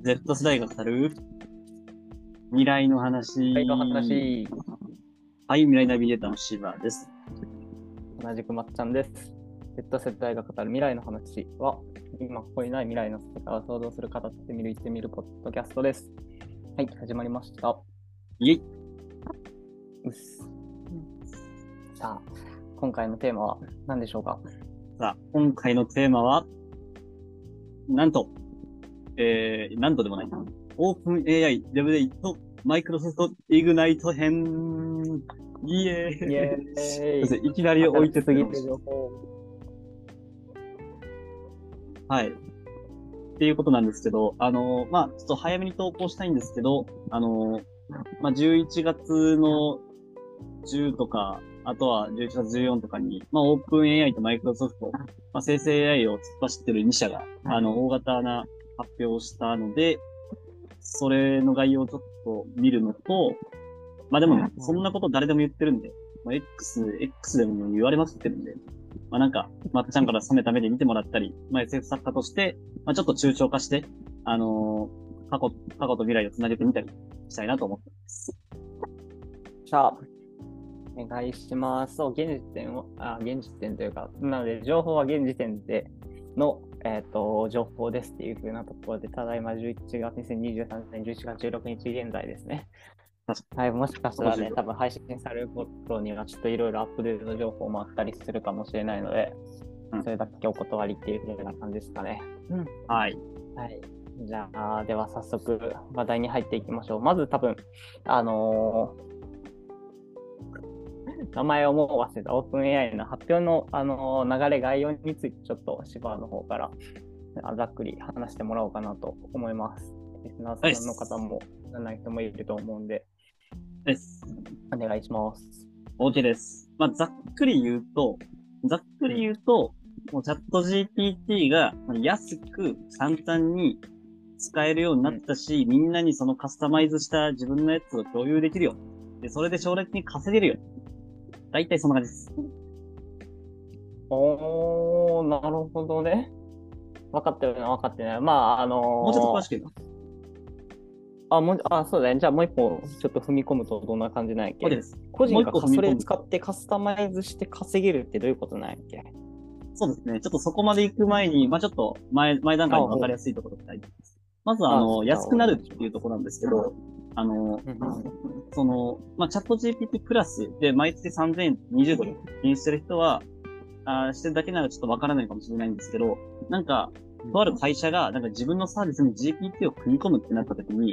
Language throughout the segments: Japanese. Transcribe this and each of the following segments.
Z 世代が語る未来の話。はい、未来ナビゲーターのシバです。 同じくまっちゃんです。Z 世代が語る未来の話は、今ここにない未来の世界を想像する、語ってみる、言ってみるポッドキャストです。はい、始まりました。 イェイ。 さあ、今回のテーマは何でしょうか？ さあ、今回のテーマは、なんとでもない。オープン AI レベル8マイクロソフトイグナイト編。イエーイ。いきなり置いてすぎる情報。はい。っていうことなんですけど、ちょっと早めに投稿したいんですけど、11月の10とか、あとは11月14とかに、オープン AI とマイクロソフト、生成 AI を突っ走ってる2社が、大型な発表をしたので、それの概要をちょっと見るのと、でもね、そんなこと誰でも言ってるんで、X でも言われまくってるんで、まっちゃんから冷めた目で見てもらったり、SF 作家として、ちょっと抽象化して、過去と未来をつなげてみたりしたいなと思ってます。 じゃあ、お願いします。現時点というか、なので、情報は現時点での、情報ですっていう風なところで、ただいま11月2023年11月16日現在ですね。はい、もしかしたらね、多分配信される頃にはちょっといろいろアップデート情報もあったりするかもしれないので、それだけお断りっていう風な感じですかね。 はい。 はい。じゃあ、では早速話題に入っていきましょう。まず多分、名前をもう忘れたオープン AI の発表の、流れ概要についてちょっと柴の方からざっくり話してもらおうかなと思います。リスナーさんの方も知らない人もいると思うんで、お願いします。 OK です。ざっくり言うと、もうチャット GPT が安く簡単に使えるようになったし、みんなにそのカスタマイズした自分のやつを共有できるよ。で、それで将来的に稼げるよ。大体そんな感じです。 なるほどね。分かってるな、分かってない。 もうちょっと詳しく言うの？そうだね。じゃあもう一歩ちょっと踏み込むとどんな感じなんやっけ？個人がそれ使ってカスタマイズして稼げるってどういうことなんやっけ？ そうですね。ちょっとそこまで行く前に、ちょっと前段階に分かりやすいところを伝えています。まず安くなるっていうところなんですけど、チャット GPT プラスで毎月3025ドル気にしてる人は、してるだけならちょっとわからないかもしれないんですけど、とある会社が、自分のサービスに GPT を組み込むってなった時に、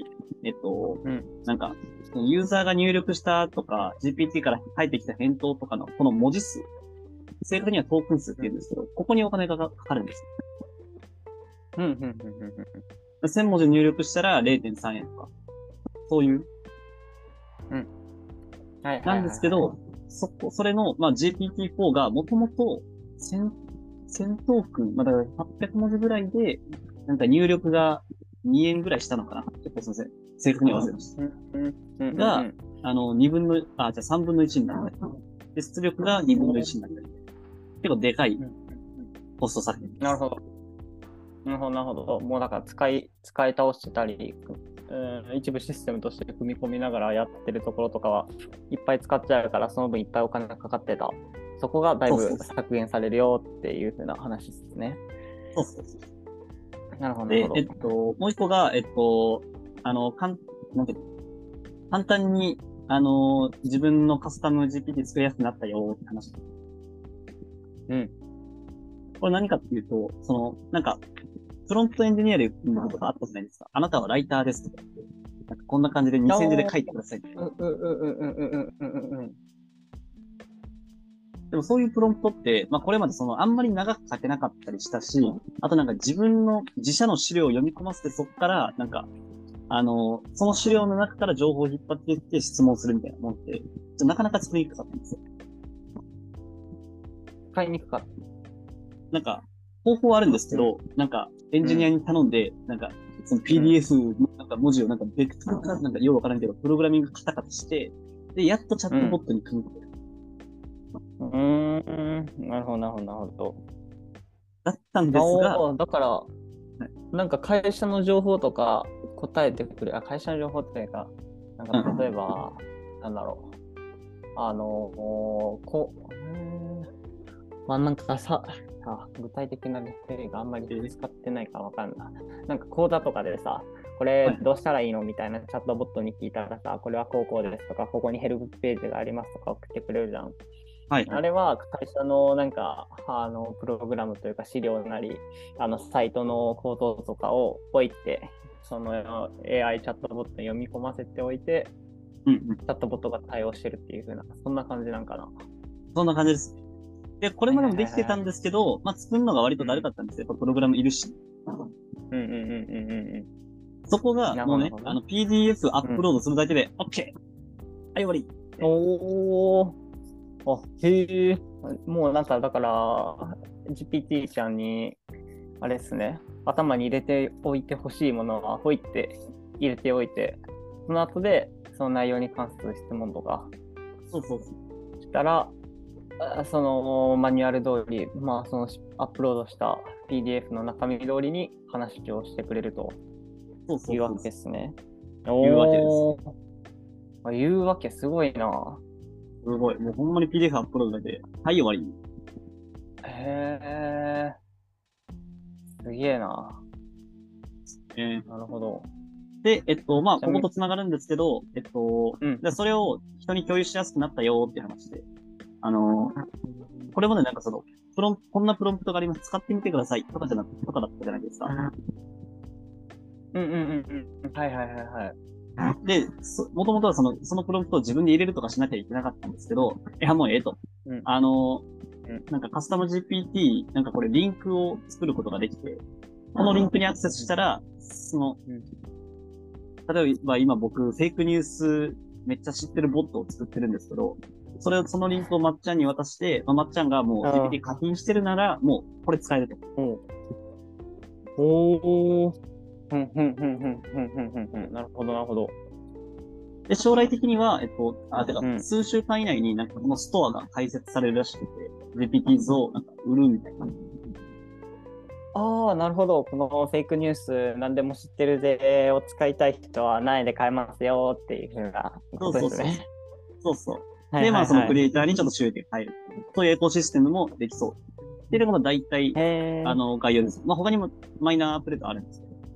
ユーザーが入力したとか、GPT から返ってきた返答とかの、この文字数、正確にはトークン数って言うんですけど、ここにお金がかかるんですよ。1000文字入力したら 0.3 円とか、そういう。なんですけど、それの、GPT-4 がもともと1000トークン、だから800文字ぐらいで、入力が2円ぐらいしたのかな。ちょっとすいません。正確には忘れました。が、3分の1になったり。で、出力が2分の1になったり。結構でかいコストされてる。 なるほど。もうだから使い倒してたり、一部システムとして組み込みながらやってるところとかはいっぱい使っちゃうから、その分いっぱいお金がかかってた。そこがだいぶ削減されるよっていう風な話ですね。 そう。 なるほど。 で、もう一個が、簡単に、自分のカスタム GPT 作りやすくなったよって話。これ何かっていうと、プロンプトエンジニアリングのことがあったじゃないですか。あなたはライターですとか。こんな感じで2000字で書いてください。でもそういうプロンプトって、これまであんまり長く書けなかったりしたし、あと自社の資料を読み込ませてそこから、その資料の中から情報を引っ張っていって質問するみたいなもんって、なかなか作りにくかったんですよ。 使いにくかった。 方法はあるんですけど、エンジニアに頼んで、その PDF の文字をベクトルか、ようわからんけど、プログラミングカタカタして、で、やっとチャットボットに組み込める。 なるほど。 だったんですが、 だから、会社の情報とか、 答えてくれる、会社の情報っていうか、なんか例えば、なんだろう。まあなんか具体的な例があんまり使ってないかわかんない。なんか講座とかでさ、これどうしたらいいのみたいなチャットボットに聞いたらさ、これはこうですとか、ここにヘルプページがありますとか送ってくれるじゃん。 はい。 あれは会社のなんかプログラムというか資料なり、サイトのコードとかを置いて、その AI チャットボットに読み込ませておいて、チャットボットが対応してるっていう風な、そんな感じなんかな。 そんな感じです。で、これまでもできてたんですけど、まあ、作るのが割とだるかったんですよ。やっぱプログラムいるし。そこが、もうね、PDF アップロードするだけで、OK! はい、終わり。 おー。あ、へえ。もうなんか、だから、GPT ちゃんに、あれですね、頭に入れておいてほしいものは、ほいって入れておいて、その後で、その内容に関する質問とか、 そう。 したら、そのマニュアル通り、まあ、そのアップロードした PDF の中身通りに話をしてくれるというわけですね。 いうわけです。 いうわけ、すごいな。 すごい。もうほんまに PDF アップロードで、はい、終わり。 へー。すげえな。なるほど。 で、まあ、ここと繋がるんですけど、でそれを人に共有しやすくなったよっていう話で、これまでなんかこんなプロンプトがあります。使ってみてくださいとかだったじゃないですか。 はい。 で、もともとはそのプロンプトを自分で入れるとかしなきゃいけなかったんですけど、いや、もうええと。なんかカスタム GPT、なんかこれリンクを作ることができて、このリンクにアクセスしたら、例えば今僕、フェイクニュースめっちゃ知ってるボットを作ってるんですけど、そのリンクをまっちゃんに渡して、まっちゃんがもう GPT 課金してるなら、もうこれ使えると。 おー。なるほど。 で、将来的には、数週間以内になんかこのストアが開設されるらしくて、GPTs をなんか売るみたいな。 ああ、なるほど。このフェイクニュース何でも知ってるぜを使いたい人は何円で買えますよっていうふうなことですね。 そう。で、まあそのクリエイターにちょっと収益が入る。そういうエコシステムもできそう。っていうのが大体、概要です。まあ他にもマイナーアップデートあるんですけど。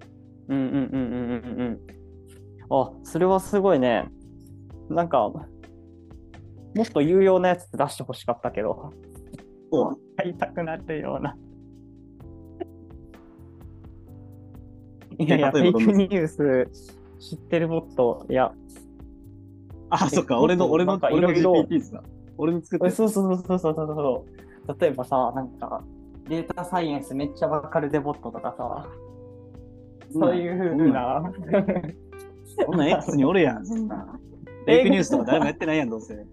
あ、それはすごいね。なんか、もっと有用なやつ出してほしかったけど、買いたくなるような。いや、フェイクニュース知ってるボット、いや。 あ、そっか、俺の GPT ですか。俺の作ってる。 そう。例えばさ、なんか、データサイエンスめっちゃわかるデボットとかさ、そういうふうな。 そんな X におるやん、そんな。フェイクニュースとか誰もやってないやん、どうせ。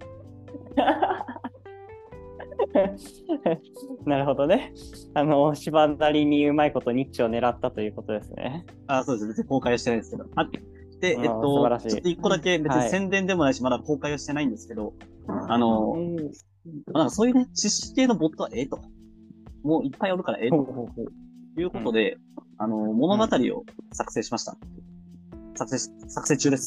なるほどね。芝なりにうまいことニッチを狙ったということですね。 そうです。別に公開はしてないですけど。で、ちょっと一個だけ別に宣伝でもないし、まだ公開はしてないんですけど、なんかそういうね、知識系のボットはええと。もういっぱいおるからええと。いうことで、物語を作成しました。作成中です。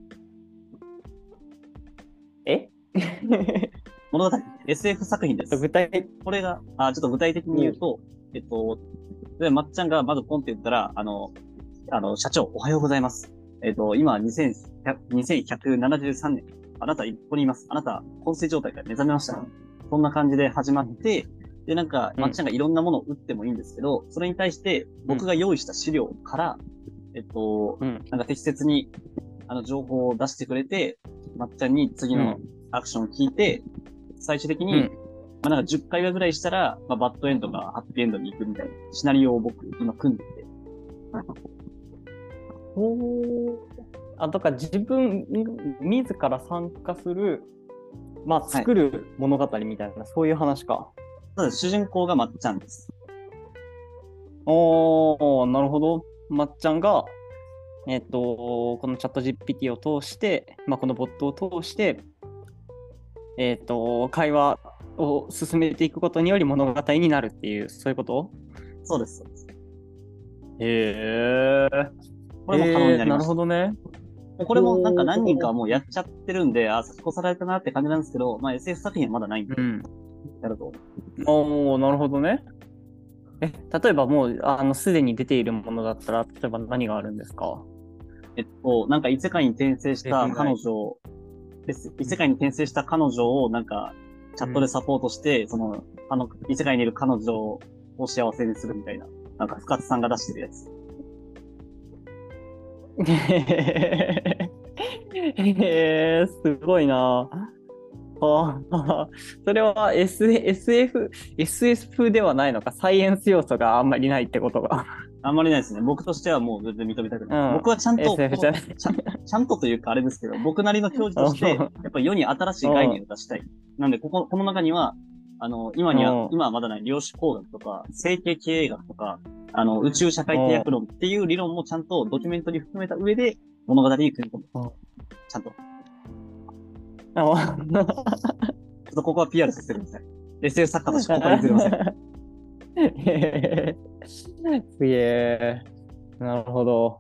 物語、SF 作品です。これが、ちょっと具体的に言うと、で、まっちゃんがまずポンって言ったら、社長、おはようございます。今、2173年。あなた、ここにいます。あなた、昏睡状態から目覚めました。そんな感じで始まって、で、なんか、まっちゃんがいろんなものを打ってもいいんですけど、それに対して、僕が用意した資料から、なんか適切に、情報を出してくれて、まっちゃんに次のアクションを聞いて、最終的に、まあなんか10回ぐらいしたら、まあバッドエンドがハッピーエンドに行くみたいなシナリオを僕今組んでて。 とか自ら参加する、まあ作る物語みたいな、そういう話か。 ただ主人公がまっちゃんです。 なるほど。まっちゃんが、このチャット GPT を通して、まあこのボットを通して、会話を進めていくことにより物語になるっていう、そういうこと？ そうです。 へえ。 これも可能になりなるました。 ほどね。 これもなんか何人かもうやっちゃってるんで、あ、先越されたなって感じなんですけど、まあ SF 作品はまだないんで、 うん。 やると。 おー、なるほどね。例えばもう、すでに出ているものだったら、例えば何があるんですか？ なんか異世界に転生した彼例外。 女です。異世界に転生した彼女をなんか、チャットでサポートして、異世界にいる彼女を幸せにするみたいな、なんか深津さんが出してるやつ。 すごいな。それは SF ではないのか、サイエンス要素があんまりないってことが。 あんまりないですね。僕としてはもう全然認めたくない。 うん。 僕はちゃんと、 SF じゃない。 ちゃんとというかあれですけど、僕なりの教授として、やっぱり世に新しい概念を出したい。なんで、この中には、今はまだない量子工学とか、生形経営学とか、宇宙社会契約論っていう理論もちゃんとドキュメントに含めた上で物語に組み込む。ちゃんと。ちょっとここは PR させてください。SF 作家としてここは譲れません。 すげえ。なるほど。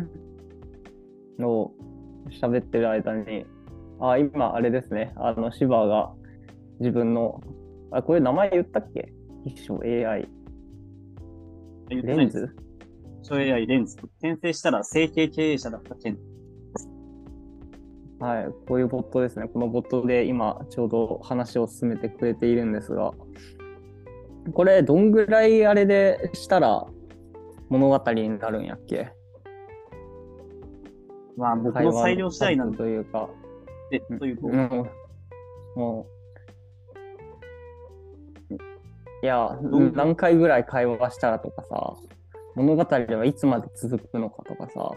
の喋ってる間に、今あれですね。シバが自分の、これ名前言ったっけ？秘書 AI。レンズ？ 秘書 AI レンズ。転生したら整形経営者だった件。 はい、こういうボットですね。このボットで今ちょうど話を進めてくれているんですが、これどんぐらいあれでしたら物語になるんやっけ？ まあ僕の裁量次第なんというか、 というと、 もういや、何回ぐらい会話したらとかさ、物語はいつまで続くのかとかさ。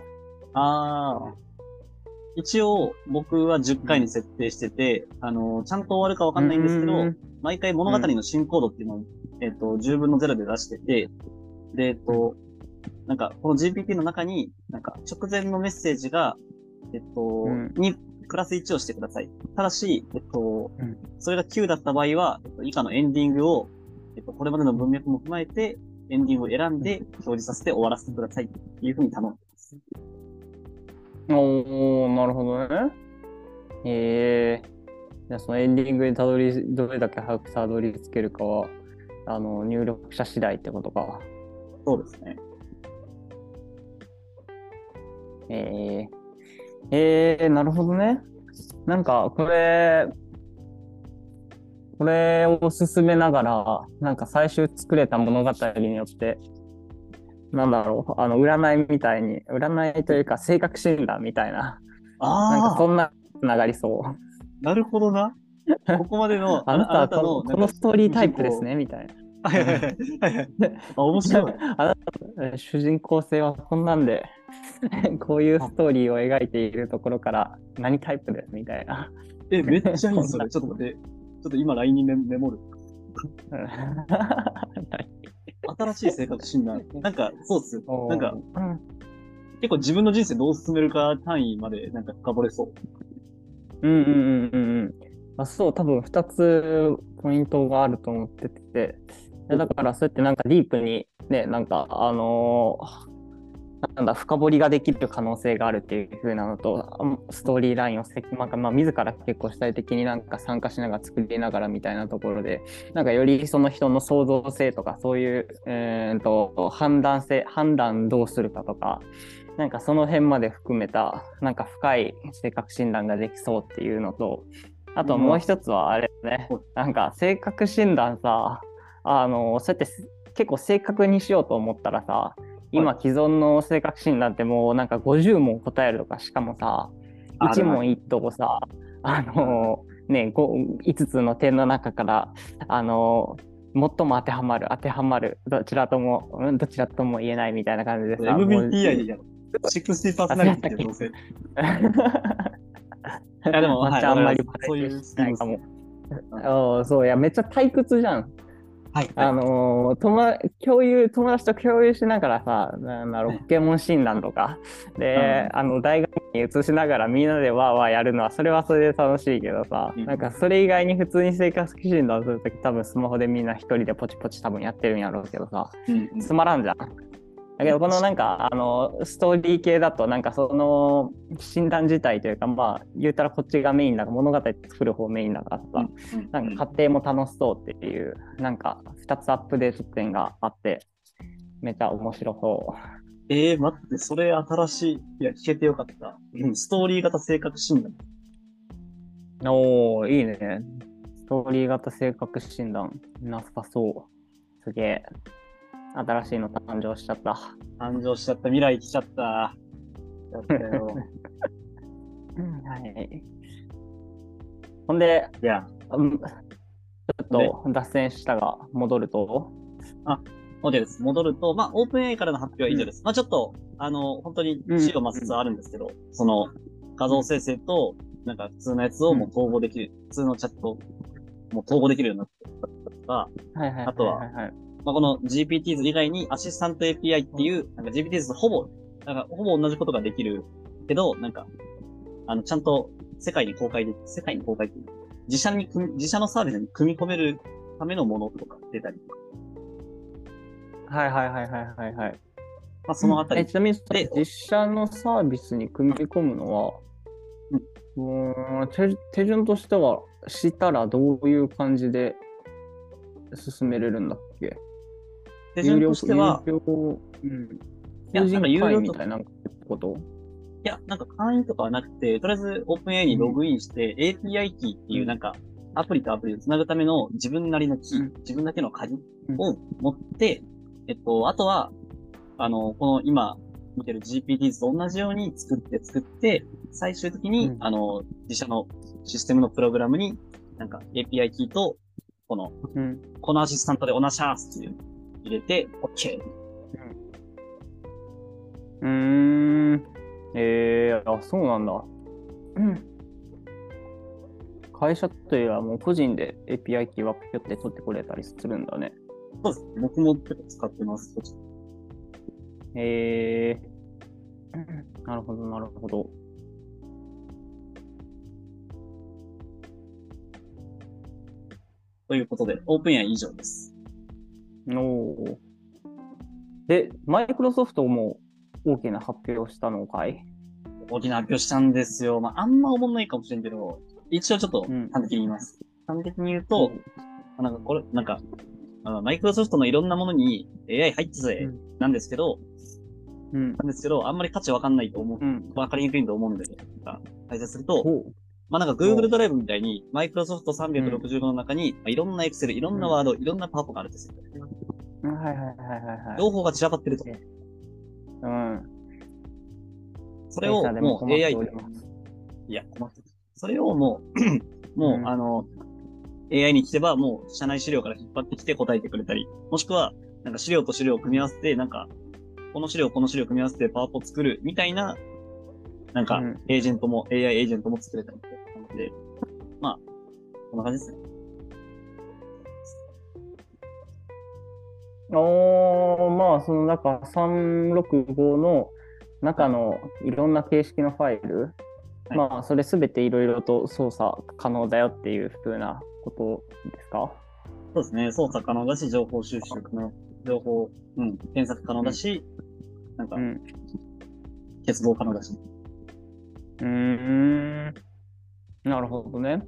一応僕は10回に設定してて、ちゃんと終わるかわかんないんですけど、毎回物語の進行度っていうのを、10分の0で出してて、で、なんか、この GPT の中に、なんか、直前のメッセージが、に、プラス1をしてください。ただし、それが9だった場合は、以下のエンディングを、これまでの文脈も踏まえて、エンディングを選んで表示させて終わらせてくださいっていうふうに頼んでます。 おー、なるほどね。じゃあそのエンディングにどれだけ早くたどり着けるかは、入力者次第ってことか。 そうですね。 なるほどね。なんか、これを進めながら、なんか最終作れた物語によって、なんだろう、占いみたいに、占いというか性格診断みたいな、なんかそんなつながりそう。 なるほどな。ここまでのあなたはこのストーリータイプですね、みたいな。 はいはいはい。面白い。 あなた主人公性はこんなんで、こういうストーリーを描いているところから何タイプですみたいな。 めっちゃいいそれ。ちょっと待って。ちょっと今 LINE にメモる。新しい性格診断。なんか、そうっす。なんか、結構自分の人生どう進めるか単位までなんか深掘れそう。 そう、多分2つポイントがあると思ってて、だからそうやってなんかディープにね、なんかなんだ深掘りができる可能性があるっていう風なのと、ストーリーラインを自ら結構主体的になんか参加しながら作りながらみたいなところで、なんかよりその人の創造性とかそういう判断どうするかとか、なんかその辺まで含めたなんか深い性格診断ができそうっていうのと、あともう一つはあれね、なんか性格診断さ、そうやって結構正確にしようと思ったらさ、今既存の性格診断ってもうなんか50問答えるとか、しかもさ、1問1答さ、5つの点の中から最も当てはまるどちらとも言えないみたいな感じでさ、 MBTI やろ。60パーソナリティってどうせ。いやでも、 はい、あんまりそういうしないかも。そういや、めっちゃ退屈じゃん。 はい。 友達と共有しながらさ、ポケモン診断とか、で、大学に移しながらみんなでワーワーやるのは、それはそれで楽しいけどさ、なんかそれ以外に普通に生活診断するとき、多分スマホでみんな一人でポチポチ多分やってるんやろうけどさ、つまらんじゃん。 だけど、このなんか、ストーリー系だと、なんかその診断自体というか、まあ、言うたらこっちがメインだから、物語作る方メインだからさ、なんか家庭も楽しそうっていう、なんか2つアップデート点があって、めちゃ面白そう。 待って、それ新しい。いや、聞けてよかった。ストーリー型性格診断。 おー、いいね。ストーリー型性格診断、なさそう。すげえ。新しいの誕生しちゃった。 誕生しちゃった。未来来ちゃった。やったよ。 はい。ほんで、 いや、 ちょっと脱線したが、戻ると。 OK です。戻ると、まあ、オープン AI からの発表は以上です。まあ、ちょっと、本当に資料抹殺あるんですけど、その、画像生成と、なんか普通のやつをもう統合できる、普通のチャット、もう統合できるようになったとか、あとは、まあ、この GPTs 以外にアシスタント API っていう、なんか GPTs となんかほぼ同じことができるけど、なんか、ちゃんと世界に公開っていう、自社のサービスに組み込めるためのものとか出たりとか。 はいはいはいはいはいはい。 まあ、そのあたり。 ちなみに、実写のサービスに組み込むのは、手順としては、したらどういう感じで進めれるんだっけ？ 手順としては、 法人会員みたいなこと？ いや、なんか会員とかはなくて、とりあえず OpenAI にログインして、API キーっていうなんか、アプリとアプリをつなぐための自分なりのキー、自分だけの鍵を持って、あとは、この今見てる GPT と同じように作って、最終的に、自社のシステムのプログラムに、なんか API キーと、このアシスタントで同じシャースっていう入れて、OK。 そうなんだ。会社というよりはもう個人で API キーはピョって取ってくれたりするんだね。 そうです。僕も結構使ってます。 なるほど、なるほど。 ということで、オープン AI 以上です。 で、マイクロソフトも大きな発表をしたのかい？ 大きな発表したんですよ。まあ、あんま思んないかもしれんけど、一応ちょっと端的に言います。端的に言うと、マイクロソフトのいろんなものに AI 入ってぜ、なんですけど、あんまり価値わかんないと思う。わかりにくいと思うんで、解説すると、まあ、なんか Google ドライブみたいに、マイクロソフト365の中に、いろんな Excel、いろんなワード、いろんなパワポがあるんですよ。情報が散らばってると。それをもう AI で、いや、困ってる。それをもう AI に聞けば、もう社内資料から引っ張ってきて答えてくれたり、もしくは、なんか資料と資料を組み合わせて、なんか、この資料組み合わせてパワポ作るみたいな、なんか、AI エージェントも作れたりって感じで、まあ、こんな感じですね。 まあ、その中、365の中のいろんな形式のファイル、まあ、それすべていろいろと操作可能だよっていうふうなことですか？ そうですね。操作可能だし、情報収集可能、検索可能だし、なんか、結合可能だし。 なるほどね。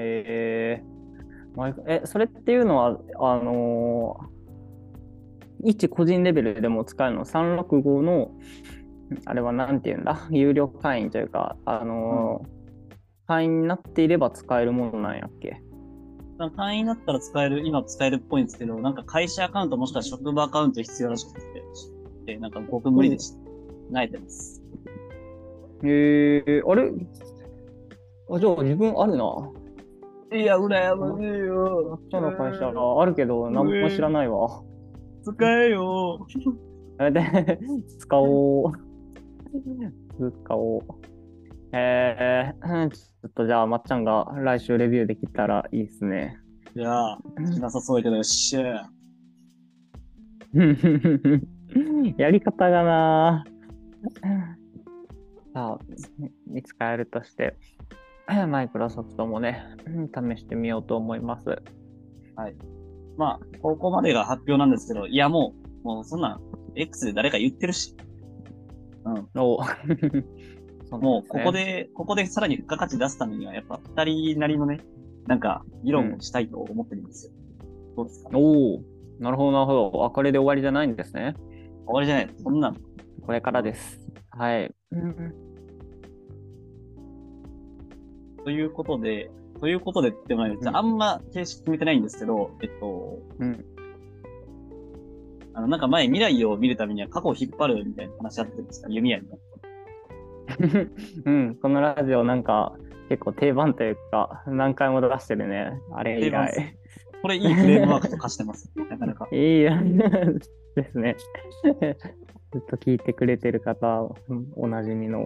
それっていうのは、一個人レベルでも使えるの？ 365 の、あれはなんていうんだ、有料会員というか、会員になっていれば使えるものなんやっけ？ 会員になったら今使えるっぽいんですけど、なんか会社アカウントもしくは職場アカウント必要らしくて、なんか僕無理でした。慣れてます。 あれ？じゃあ自分あるな。 いや、羨ましいよ。 その会社あるけど、何も知らないわ。 使えよ。 使おう。使おう。ちょっとじゃあ、まっちゃんが来週レビューできたらいいですね。 いやー、なさそうやけど、よっしゃ。 やり方がなさあ、いつ使えるとして、マイクロソフトもね、試してみようと思います。 はい。まあ、ここまでが発表なんですけど、いやもうそんな、 X で誰か言ってるし。うん。 おもう、ここでさらに付加価値出すためには、やっぱ二人なりのね、なんか、議論をしたいと思ってるんですよ。どうですか？ おお、なるほど、なるほど。これで終わりじゃないんですね。 終わりじゃない。そんなの。 これからです。はい。 ということでってもないです。あんま形式決めてないんですけど、なんか前未来を見るためには過去を引っ張るみたいな話あってるんですか？弓矢に。 うん、このラジオなんか結構定番というか何回も出してるね。あれ以来。 これいいフレームワークと化してます。なかなか。 いいやですね。ずっと聞いてくれてる方、おなじみの。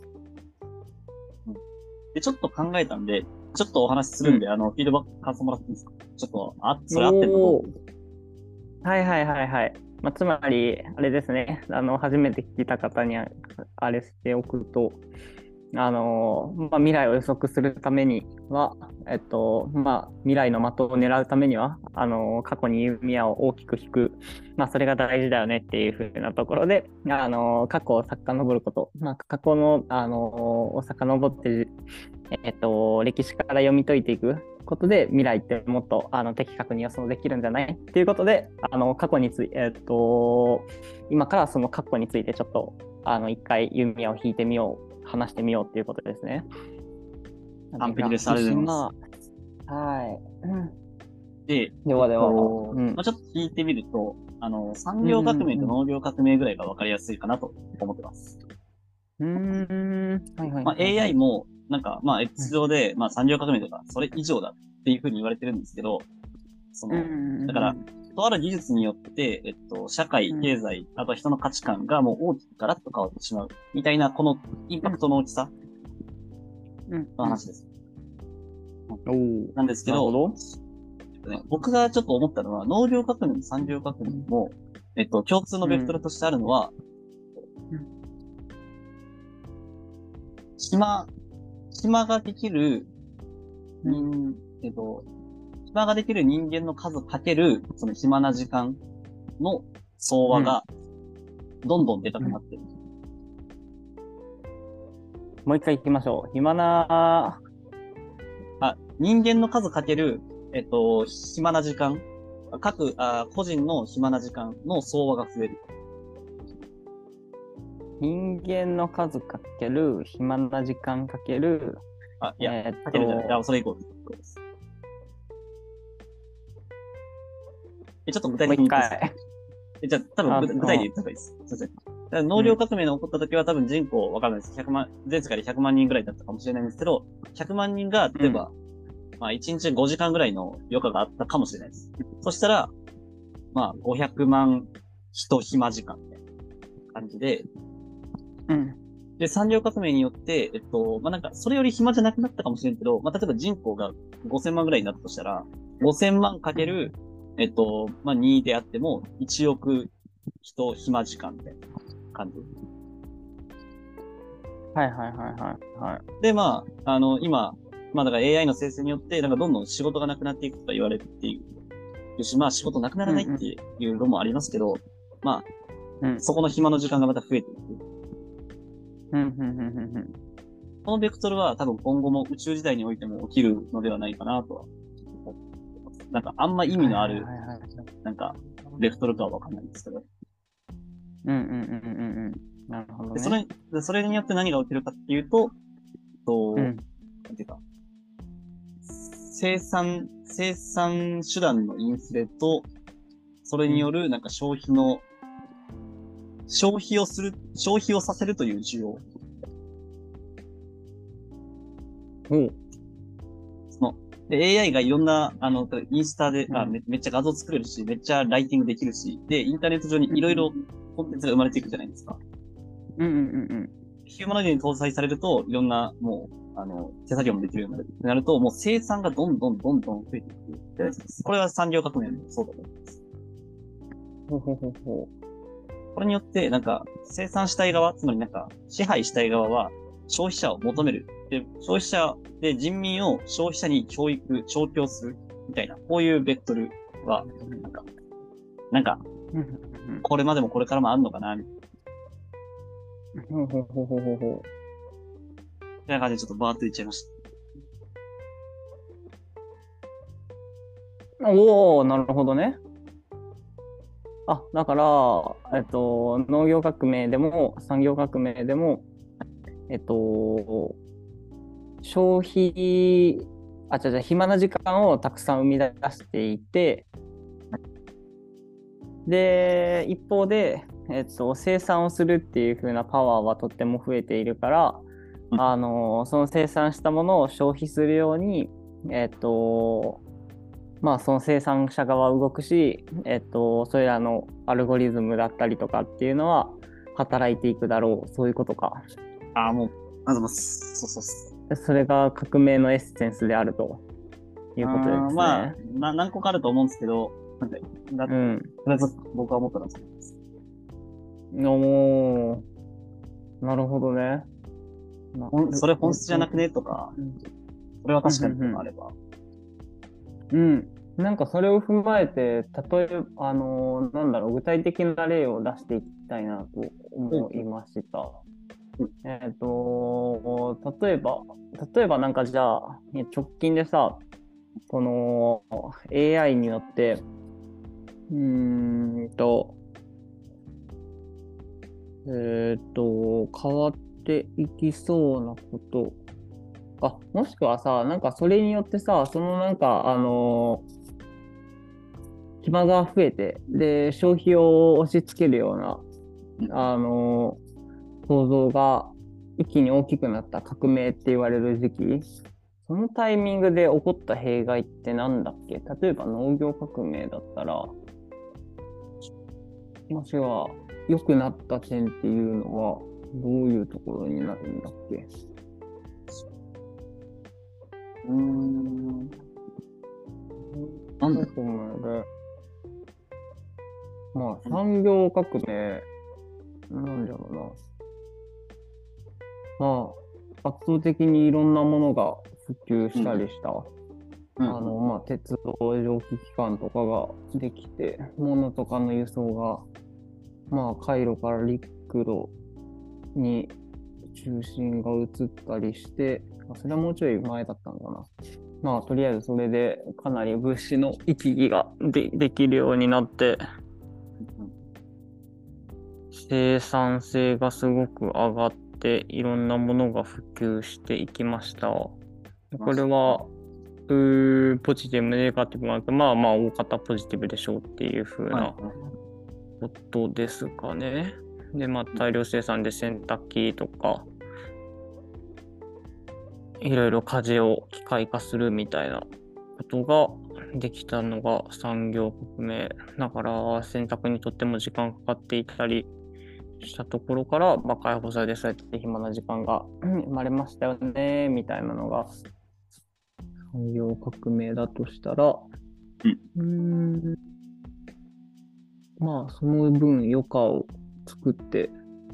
で、ちょっと考えたんで、ちょっとお話しするんで、フィードバック感想もらっていいですか？ちょっと、それ合ってるのと。 はいはいはいはい。つまり、あれですね。初めて聞いた方にあれしておくと、未来を予測するためには、未来の的を狙うためには、過去に弓矢を大きく引く、それが大事だよねっていう風なところで、過去を遡ること、過去の、を遡って、歴史から読み解いていくことで、未来ってもっと的確に予想できるんじゃないっていうことで、過去に今からその過去についてちょっと、一回弓矢を引いてみよう。話してみようっていうことですね。 完璧です。ありがとうございます。 はい。 で、 では、 ちょっと聞いてみると、産業革命と農業革命ぐらいが分かりやすいかなと思ってます。AI も、なんか、X 上で、産業革命とか、それ以上だっていうふうに言われてるんですけど、だから、とある技術によって、社会、経済、あとは人の価値観がもう大きくガラッと変わってしまう。みたいな、このインパクトの大きさの話です。なんですけど、僕がちょっと思ったのは、農業革命と産業革命も、共通のベクトルとしてあるのは、暇ができる、暇ができる人間の数かける、その暇な時間の総和が、どんどんでかくなってる。 もう一回行きましょう。 人間の数かける、暇な時間。個人の暇な時間の総和が増える。 人間の数かける、暇な時間かける、 かけるじゃない。それ以降です。ちょっと具体的に言っていいですか？じゃあ、多分具体で言った方がいいです。すいません。農業革命の起こった時は多分人口わかんないです。全世界で100万人ぐらいだったかもしれないんですけど、100万人が、例えば、1日5時間ぐらいの余暇があったかもしれないです。そしたら、500万人暇時間みたいな感じで、で、産業革命によって、なんか、それより暇じゃなくなったかもしれんけど、例えば人口が5000万ぐらいになったとしたら、5000万かける、2であっても、1億人暇時間みたいな感じ。で、今、だから AI の生成によって、なんかどんどん仕事がなくなっていくとか言われているし、仕事なくならないっていうのもありますけど、そこの暇の時間がまた増えていく。このベクトルは多分今後も宇宙時代においても起きるのではないかなとは。なんかあんま意味のある、なんか、ベクトルとはわかんないんですけど。 なるほどね。 それによって何が起きるかっていうと、なんていうか、生産手段のインフレと、それによるなんか消費をさせるという需要。で、AI がいろんな、インスタで、めっちゃ画像作れるし、めっちゃライティングできるし、で、インターネット上にいろいろコンテンツが生まれていくじゃないですか。ヒューマノイドに搭載されると、いろんな、もう、手作業もできるようになると、もう生産がどんどん増えていくじゃないですか。これは産業革命もそうだと思います。これによって、なんか、生産したい側、つまりなんか、支配したい側は、消費者を求める。で、消費者で人民を消費者に調教する。みたいな、こういうベクトルは、 これまでもこれからもあるのかな、みほうほうほうほうほうほたいな感じでちょっとバーッと言っちゃいましう。おお、なるほどね。だから、農業革命でも産業革命でも、消費、暇な時間をたくさん生み出していて、で、一方で、生産をするっていう風なパワーはとっても増えているから、 うんその生産したものを消費するように、その生産者側は動くし、それらのアルゴリズムだったりとかっていうのは働いていくだろう。そういうことか。 た。もう、そうそうそう。 それが革命のエッセンスであるということですね。 何個かあると思うんですけど、なんか、とりあえず僕は思ったらそうです。 おー、なるほどね。 それ本質じゃなくねとか、それは確かにとかあれば。 なんかそれを踏まえて、例えば、具体的な例を出していきたいなと思いました。例えばなんかじゃあ、直近でさ、この AI によって、変わっていきそうなこと。もしくはさ、なんかそれによってさ、暇が増えて、で、消費を押し付けるような、構造が一気に大きくなった革命って言われる時期、そのタイミングで起こった弊害ってなんだっけ？例えば農業革命だったら、もしは良くなった点っていうのはどういうところになるんだっけ？ なんだ産業革命、なんだろうな。圧倒的にいろんなものが普及したりした。鉄道、蒸気機関とかができて、物とかの輸送が、回路から陸路に中心が移ったりして、それはもうちょい前だったのかな。とりあえずそれでかなり物資の行き来ができるようになって、生産性がすごく上がって、いろんなものが普及していきました。これは、ポジティブ、ネガティブがあって、大方ポジティブでしょうっていう風なことですかね。で、大量生産で洗濯機とか、いろいろ家事を機械化するみたいなことができたのが産業革命。だから、洗濯にとっても時間かかっていたりしたところから、解放されてそうやって暇な時間が生まれましたよね、みたいなのが産業革命だとしたら、その分余暇を作って、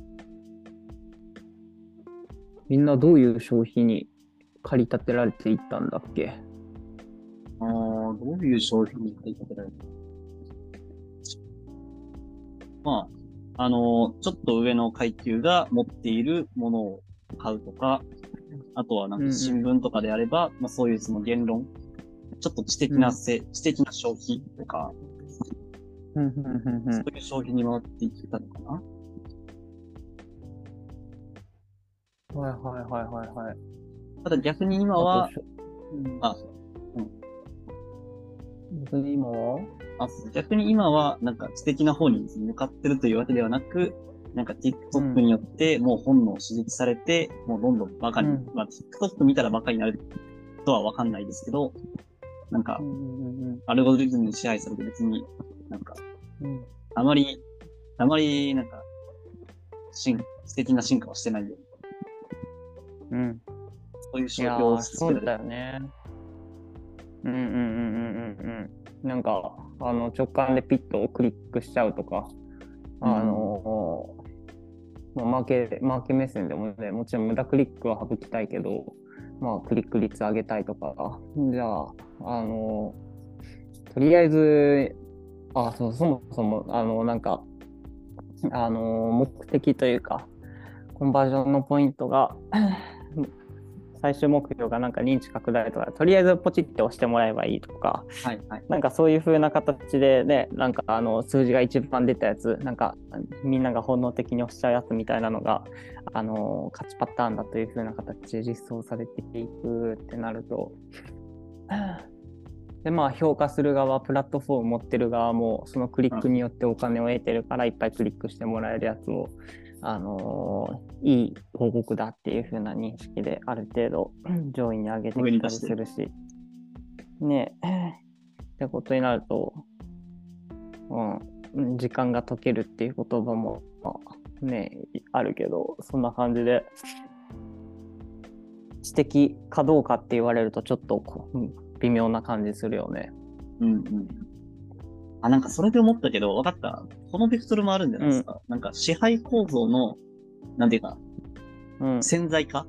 みんなどういう消費に駆り立てられていったんだっけ？ どういう消費に駆り立てられてちょっと上の階級が持っているものを買うとか、あとはなんか新聞とかであれば、そういうその言論、ちょっと知的な消費とか、そういう消費に回っていったのかな。 はい。 ただ逆に今は、逆に今は、なんか知的な方に向かってるというわけではなく、なんか TikTok によってもう本能刺激されて、もうどんどんバカに、TikTok 見たらバカになるとはわかんないですけど、なんか、アルゴリズムに支配されて別になんか、あまりなんか、知的な進化はしてないよ。そういう状況をそうだよね。なんか、直感でピッとクリックしちゃうとか、マーケ目線でもね、もちろん無駄クリックは省きたいけど、クリック率上げたいとか、じゃあ、とりあえず、そもそも、 目的というか、コンバージョンのポイントが、最終目標がなんか認知拡大とか、とりあえずポチって押してもらえばいいとか、 はいはい。 なんかそういう風な形でね、なんか数字が一番出たやつ、なんかみんなが本能的に押しちゃうやつみたいなのが、勝ちパターンだという風な形で実装されていくってなると、でまあ評価する側、プラットフォーム持ってる側もそのクリックによってお金を得てるから、いっぱいクリックしてもらえるやつをいい広告だっていう風な認識である程度上位に上げてきたりするしねってことになると、時間が解けるっていう言葉も、ねあるけど、そんな感じで知的かどうかって言われるとちょっと微妙な感じするよね。 うんうん。なんかそれで思ったけど、分かった。このベクトルもあるんじゃないですか。なんか支配構造の、なんていうか、潜在化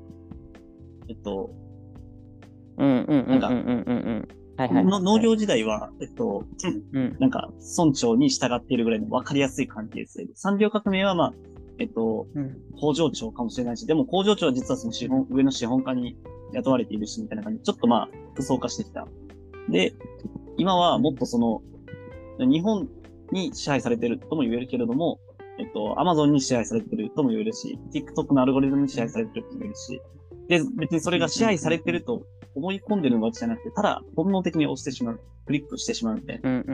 なんか、農業時代は、なんか、村長に従っているぐらいの分かりやすい関係性で、産業革命はまあ、工場長かもしれないし、でも工場長は実はその上の資本家に雇われているし、みたいな感じで、ちょっとまあ、複層化してきた。で、今はもっとその、日本に支配されてるとも言えるけれども、Amazon に支配されてるとも言えるし、TikTok のアルゴリズムに支配されてるとも言えるし、で、別にそれが支配されてると思い込んでるわけじゃなくて、ただ本能的に押してしまう、クリックしてしまうみたいな。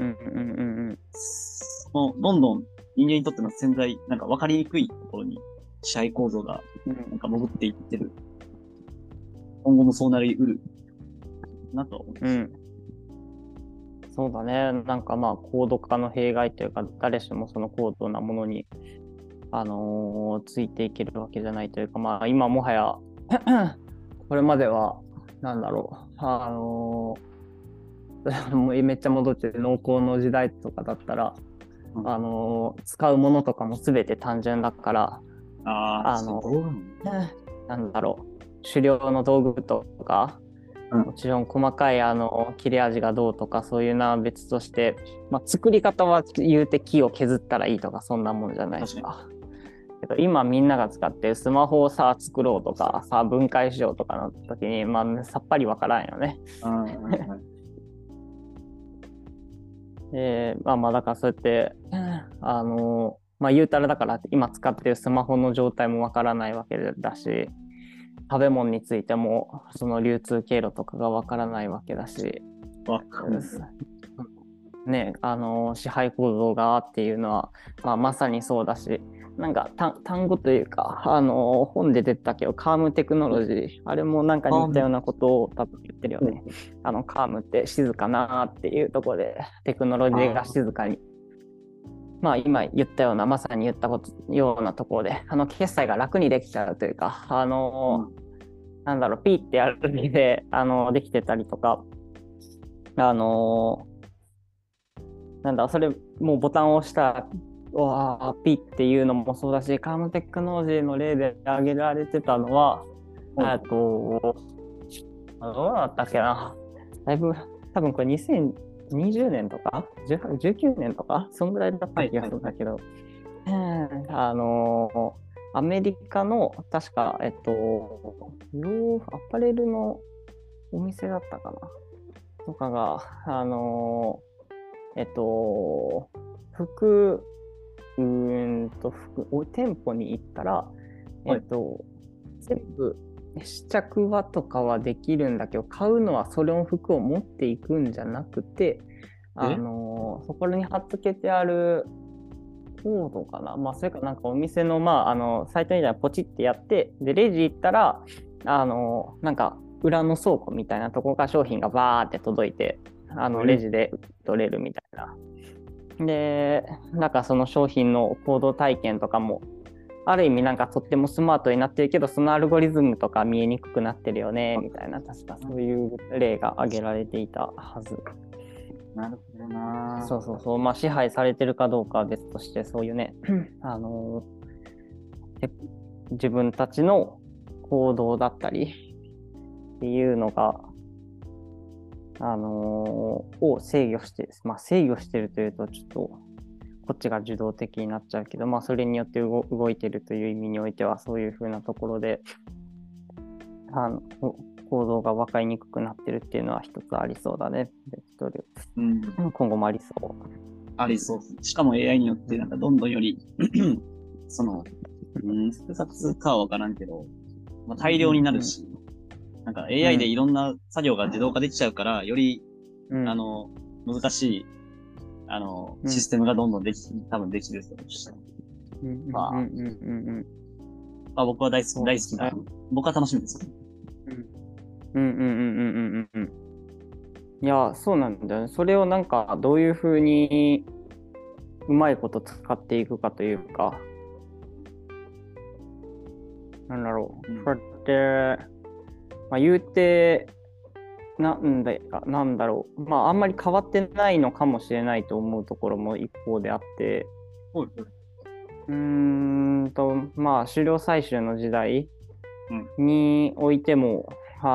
どんどん人間にとっての潜在、なんか分かりにくいところに支配構造がなんか潜っていってる。今後もそうなり得るなとは思います。 そうだね。なんかまあ高度化の弊害というか、誰しもその高度なものについていけるわけじゃないというか、まあ今もはやこれまではなんだろうめっちゃ戻って農耕の時代とかだったら、使うものとかも全て単純だから、なんだろう、狩猟の道具とか、もちろん細かい切れ味がどうとかそういうのは別として、まあ、作り方は言うて木を削ったらいいとかそんなもんじゃないですか。けど今みんなが使ってるスマホをさ作ろうとかさ分解しようとかの時に、まあ、さっぱりわからんよね。まあだからそうやってまあ言うたらだから今使ってるスマホの状態もわからないわけだし、食べ物についてもその流通経路とかがわからないわけだし、ね、支配構造がっていうのは、まあ、まさにそうだし、なんか単語というか本で出てたけどカームテクノロジー、あれもなんか似たようなことを多分言ってるよね。カームって静かなっていうところでテクノロジーが静かに、まあ今言ったようなまさに言ったことようなところで決済が楽にできちゃうというかなんだろうピーってやるだけでできてたりとかなんだそれもうボタンを押したらピーっていうのもそうだし、カームテクノロジーの例で挙げられてたのはどうだったっけな、だいぶ多分これ2020年とか19年とかそんぐらいだった気がするんだけど、アメリカの確かアパレルのお店だったかなとかが店舗に行ったら全部試着はとかはできるんだけど、買うのはそれの服を持っていくんじゃなくて、そこに貼っつけてあるコードかな、まあそれかなんかお店のサイトみたいなポチってやって、でレジ行ったらなんか裏の倉庫みたいなところから商品がバーって届いてレジで取れるみたいな。でなんかその商品の行動体験とかもある意味なんかとってもスマートになってるけど、そのアルゴリズムとか見えにくくなってるよねみたいな、確かそういう例が挙げられていたはず。 なるほどな。 そう、まあ支配されてるかどうかは別として、そういうね自分たちの行動だったりっていうのがを制御して、まあ制御してるというとちょっとこっちが受動的になっちゃうけど、まあ、それによって動いてるという意味においては、そういうふうなところで、行動が分かりにくくなってるっていうのは一つありそうだね。ベクトル。今後もありそう。 ありそう。しかも AI によってなんかどんどんよりその、複雑かはわからんけど、まあ、大量になるし、なんか AI でいろんな作業が自動化できちゃうから、より、難しい、システムがどんどん多分できると思うし。まあ、僕は大好きな、僕は楽しみですよ。 いや、そうなんだよね。それをなんかどういうふうにうまいこと使っていくかというか、なんだろう。これって、まあ、言うて、なんだろう。まあ、あんまり変わってないのかもしれないと思うところも一方であって、まあ、狩猟採集の時代においても、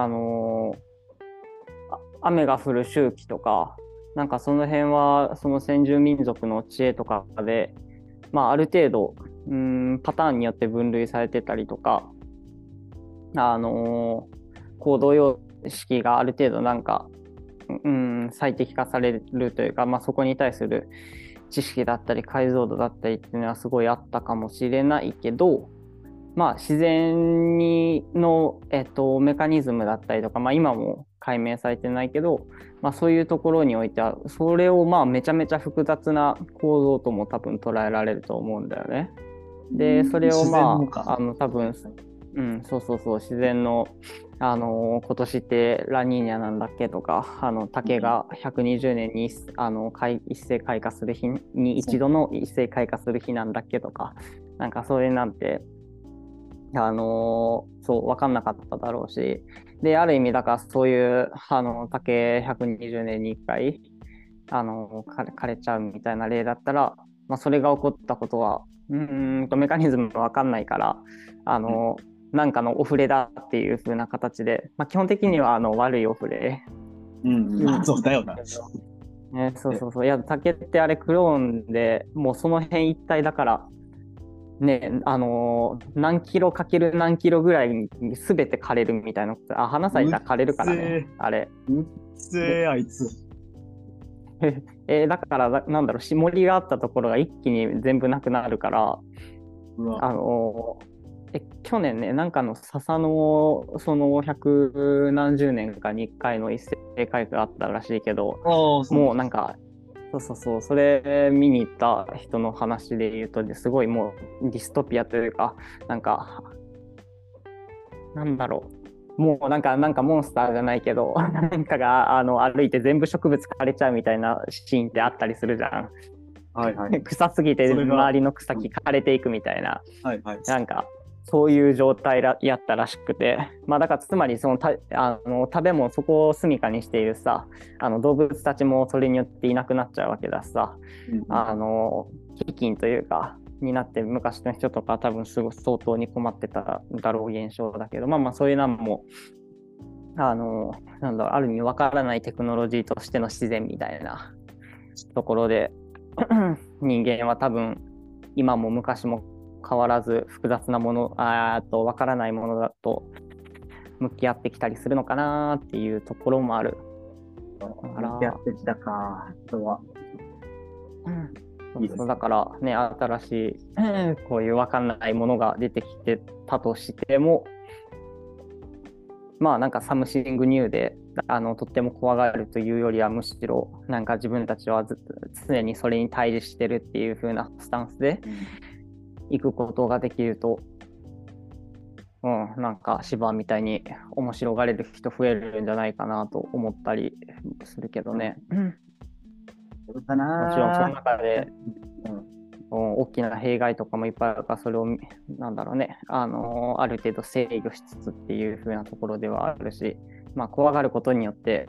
雨が降る周期とか、なんかその辺はその先住民族の知恵とかで、まあ、ある程度パターンによって分類されてたりとか、行動様式がある程度なんか、最適化されるというか、まあ、そこに対する知識だったり解像度だったりっていうのはすごいあったかもしれないけど、まあ、自然の、メカニズムだったりとか、まあ、今も解明されてないけど、まあ、そういうところにおいてはそれをまあめちゃめちゃ複雑な構造とも多分捉えられると思うんだよね。でそれをまあ多分そう自然の今年ってラニーニャなんだっけとか竹が120年に一斉開花する日に一度の一斉開花する日なんだっけとか、なんかそれなんてそう分かんなかっただろうし、である意味だからそういう竹120年に1回枯れちゃうみたいな例だったら、まあ、それが起こったことはメカニズム分かんないからなんかのお触れだっていう風な形で、まあ、基本的には悪いお触れ。 そうだよな。 そういや竹ってあれクローンでもうその辺一体だからね、何キロかける何キロぐらいに全て枯れるみたいなこと、花咲いたら枯れるからね、あれ。 あいつ。 だからなんだろう、森があったところが一気に全部なくなるから、去年ね、なんかの笹のその百何十年かに1回の一斉開花があったらしいけど、もうなんか、それ見に行った人の話で言うと、すごいもうディストピアというか、なんか、なんだろう、もうなんかモンスターじゃないけど、なんかが歩いて全部植物枯れちゃうみたいなシーンってあったりするじゃん。臭すぎて周りの草木枯れていくみたいな、なんかそういう状態やったらしくて、まあ、だからつまりその食べ物そこを住処にしているさ動物たちもそれによっていなくなっちゃうわけだしさ、飢饉というかになって昔の人とか多分すごい相当に困ってただろう現象だけど、まあそういうのもなんだろう、ある意味わからないテクノロジーとしての自然みたいなところで人間は多分今も昔も変わらず複雑なものわからないものだと向き合ってきたりするのかなっていうところもある。 向き合ってきたか人は。 だからね、新しいこういう分かんないものが出てきてたとしても、まあなんかサムシングニューでとっても怖がるというよりはむしろなんか自分たちは常にそれに対峙してるっていう風なスタンスで行くことができると、なんか芝みたいに面白がれる人増えるんじゃないかなと思ったりするけどね。もちろんその中で、大きな弊害とかもいっぱいあるから、それをなんだろうね、ある程度制御しつつっていう風なところではあるし、まあ、怖がることによって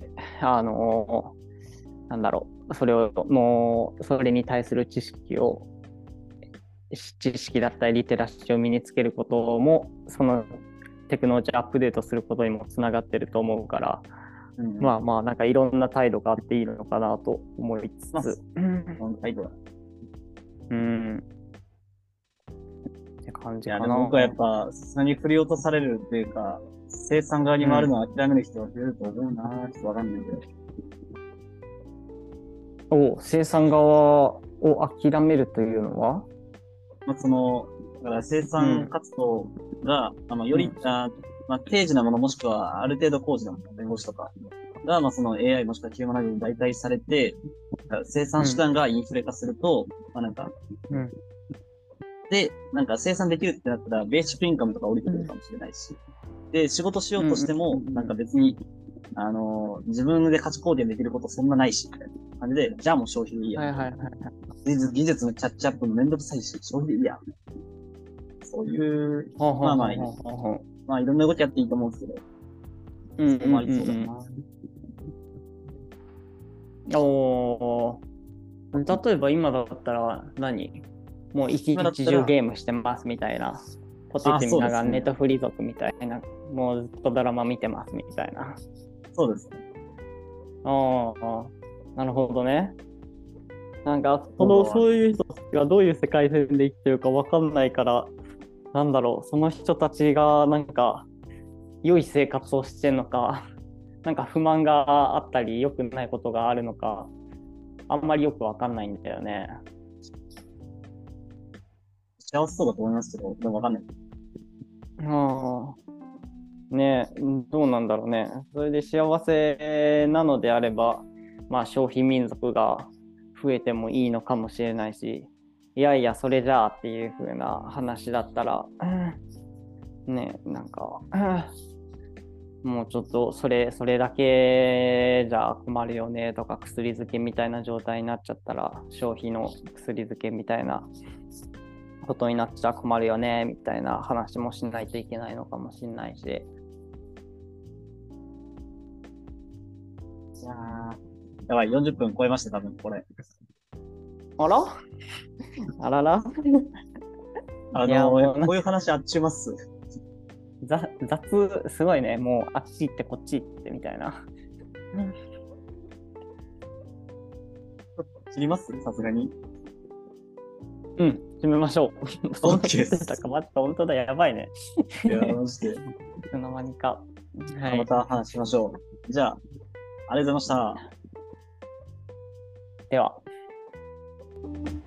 なんだろう、それに対する知識だったりリテラシーを身につけることもそのテクノロジーアップデートすることにもつながってると思うから、まあなんかいろんな態度があっていいのかなと思いつつ、 うん。って感いや、 じかな。 でも僕はやっぱ、さすがに振り落とされるっていうか、生産側に回るのは諦める人が増えると思うな。ちょっとわかんないけど。 生産側を諦めるというのは？ まあ、だから生産活動が、より、 うん定時なものもしくはある程度工事なもの、弁護士とかが、AI もしくはヒューマンライブに代替されて、生産手段がインフレ化すると、 うん。 で、生産できるってなったら、ベーシックインカムとか降りてくるかもしれないし、で、仕事しようとしても、別に、自分で価値貢献できることそんなないし、みたいな感じで、じゃあもう消費でいいや。 はいはいはい。 技術のキャッチアップもめんどくさいし、消費でいいや。そういう、 ほうほうほうまあまあ、 ほうほうほう。 まあいろんな動きやっていいと思うんですけど、 うんそうもありそうだな。 おー、例えば今だったらもう一今だったら、 日中ゲームしてますみたいな。ポチってみながらネットフリ族みたいな。もうずっとドラマ見てますみたいな。 そうですね。 ああ、なるほどね。 そうそういう人たちがどういう世界線で生きてるかわかんないから、その人たちが良い生活をしてんのか、不満があったり、良くないことがあるのか、あんまりよくわかんないんだよね。 幸せそうだと思いますけど、でもわかんない。 ああ、ねえ、どうなんだろうね。それで幸せなのであれば、まあ消費民族が増えてもいいのかもしれないし、いやいや、それじゃあっていう風な話だったら、ねえ、もうちょっとそれだけじゃ困るよねとか、薬漬けみたいな状態になっちゃったら、消費の薬漬けみたいなことになっちゃ困るよねみたいな話もしないといけないのかもしれないし。 いややばい、40分超えました、多分、これ。 あらあららこういう話あっちゅうます。 雑、すごいね。もうあっち行ってこっち行ってみたいな。 知りますさすがに。 うん、決めましょう。そんな OK です。 たか、本当だ、やばいね。 いや、マジで。 いつの間にか。はい。 また話しましょう。じゃあ、ありがとうございました。 では。